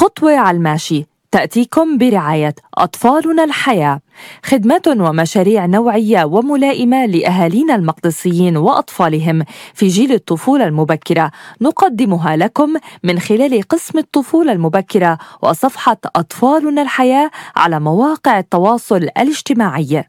خطوة على الماشي تأتيكم برعاية أطفالنا الحياة، خدمات ومشاريع نوعية وملائمة لأهالينا المقدسيين وأطفالهم في جيل الطفولة المبكرة، نقدمها لكم من خلال قسم الطفولة المبكرة وصفحة أطفالنا الحياة على مواقع التواصل الاجتماعي.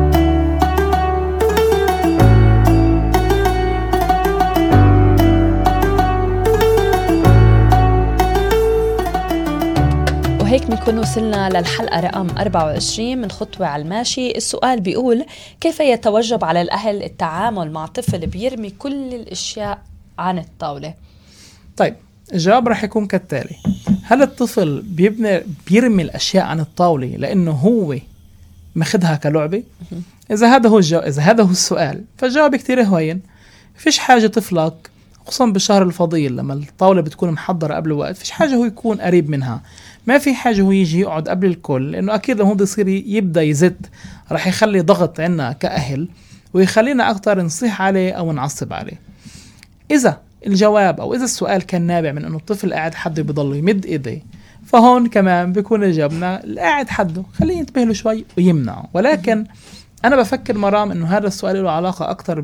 وهيك بنكون وصلنا للحلقة رقم 24 من خطوة على الماشي. السؤال بيقول: كيف يتوجب على الأهل التعامل مع طفل بيرمي كل الأشياء عن الطاولة؟ طيب، الجواب رح يكون كالتالي: هل الطفل بيرمي الأشياء عن الطاولة لأنه هو ماخدها كلعبة؟ إذا هذا هو السؤال، فالجواب كتير هوين. فيش حاجة طفلك خصوصا بالشهر الفضيل لما الطاولة بتكون محضرة قبل الوقت، فيش حاجة هو يكون قريب منها، ما في حاجة هو يجي يقعد قبل الكل، لأنه أكيد لما هو بيصير يبدأ يزد رح يخلي ضغط عنا كأهل ويخلينا أكتر نصيح عليه أو نعصب عليه. إذا الجواب أو إذا السؤال كان نابع من أنه الطفل قاعد حده بيضل يمد إيديه، فهون كمان بيكون جابنا القاعد حده خليه ينتبه له شوي ويمنعه. ولكن أنا بفكر مرام أنه هذا السؤال له علاقة أكتر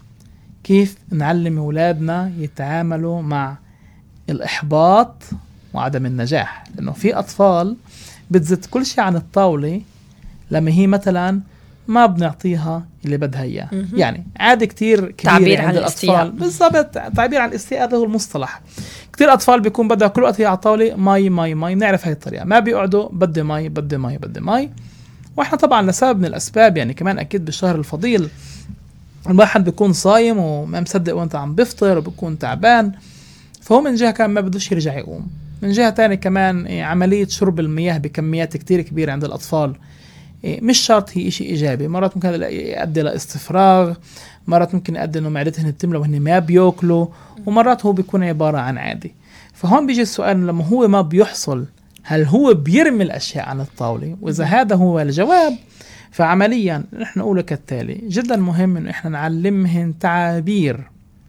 كيف نعلم أولادنا يتعاملوا مع الإحباط وعدم النجاح، لأنه في أطفال بتزت كل شيء عن الطاولة لما هي مثلا ما بنعطيها اللي بدها إياه. يعني عادي كتير كبير عند الأطفال، بالضبط تعبير عن الاستياء، هذا هو المصطلح. كتير أطفال بيكون بدها كل وقت هي على الطاولة ماي ماي ماي، نعرف هاي الطريقة، ما بيقعدوا بدي ماي بدي ماي بدي ماي. وإحنا طبعا لسبب من الأسباب، يعني كمان أكيد بالشهر الفضيل الواحد بيكون صايم وما مصدق وانت عم بفطر وبيكون تعبان، فهو من جهة كمان ما بدوش يرجع يقوم. من جهة تانية كمان عملية شرب المياه بكميات كتير كبيرة عند الأطفال مش شرط هي إشي إيجابي، مرات ممكن يؤدي لاستفراغ، مرات ممكن يؤدي إنه معدتهم تملى وهن ما بيأكلوا، ومرات هو بيكون عبارة عن عادي. فهون بيجي السؤال: لما هو ما بيحصل هل هو بيرمي الأشياء عن الطاولة؟ وإذا هذا هو الجواب، فعمليا نحن نقول كالتالي: جدا مهم إنه إحنا نعلمهن تعابير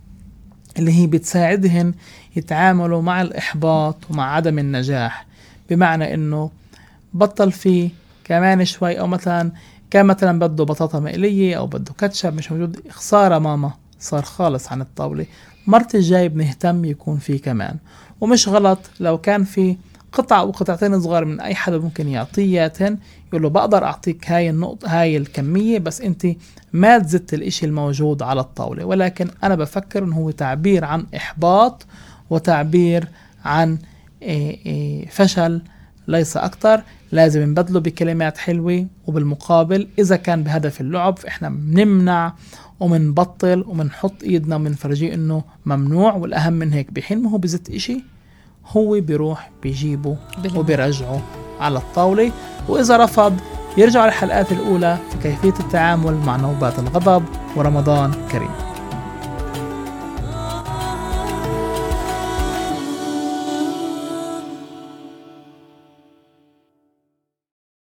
اللي هي بتساعدهن يتعاملوا مع الإحباط ومع عدم النجاح. بمعنى إنه بطل فيه كمان شوي، أو مثلا كان مثلا بده بطاطا مقلية أو بده كاتشب مش موجود، خسارة ماما صار خالص عن الطاولة، مرت الجاي بنهتم يكون فيه كمان. ومش غلط لو كان فيه قطع وقطعتين صغار من أي حدا ممكن يعطياتن، يقول له بقدر أعطيك هاي النقطة هاي الكمية، بس أنت ما تزدت الإشي الموجود على الطاولة. ولكن أنا بفكر إنه هو تعبير عن إحباط وتعبير عن فشل ليس أكتر. لازم نبدله بكلمات حلوة، وبالمقابل إذا كان بهدف اللعب فإحنا بنمنع ومنبطل ومنحط إيدنا ومنفرجيه إنه ممنوع. والأهم من هيك بحين ما هو بزت إشي هو بيروح بيجيبه وبيرجعه على الطاولة. وإذا رفض يرجع على الحلقات الأولى في كيفية التعامل مع نوبات الغضب. ورمضان كريم.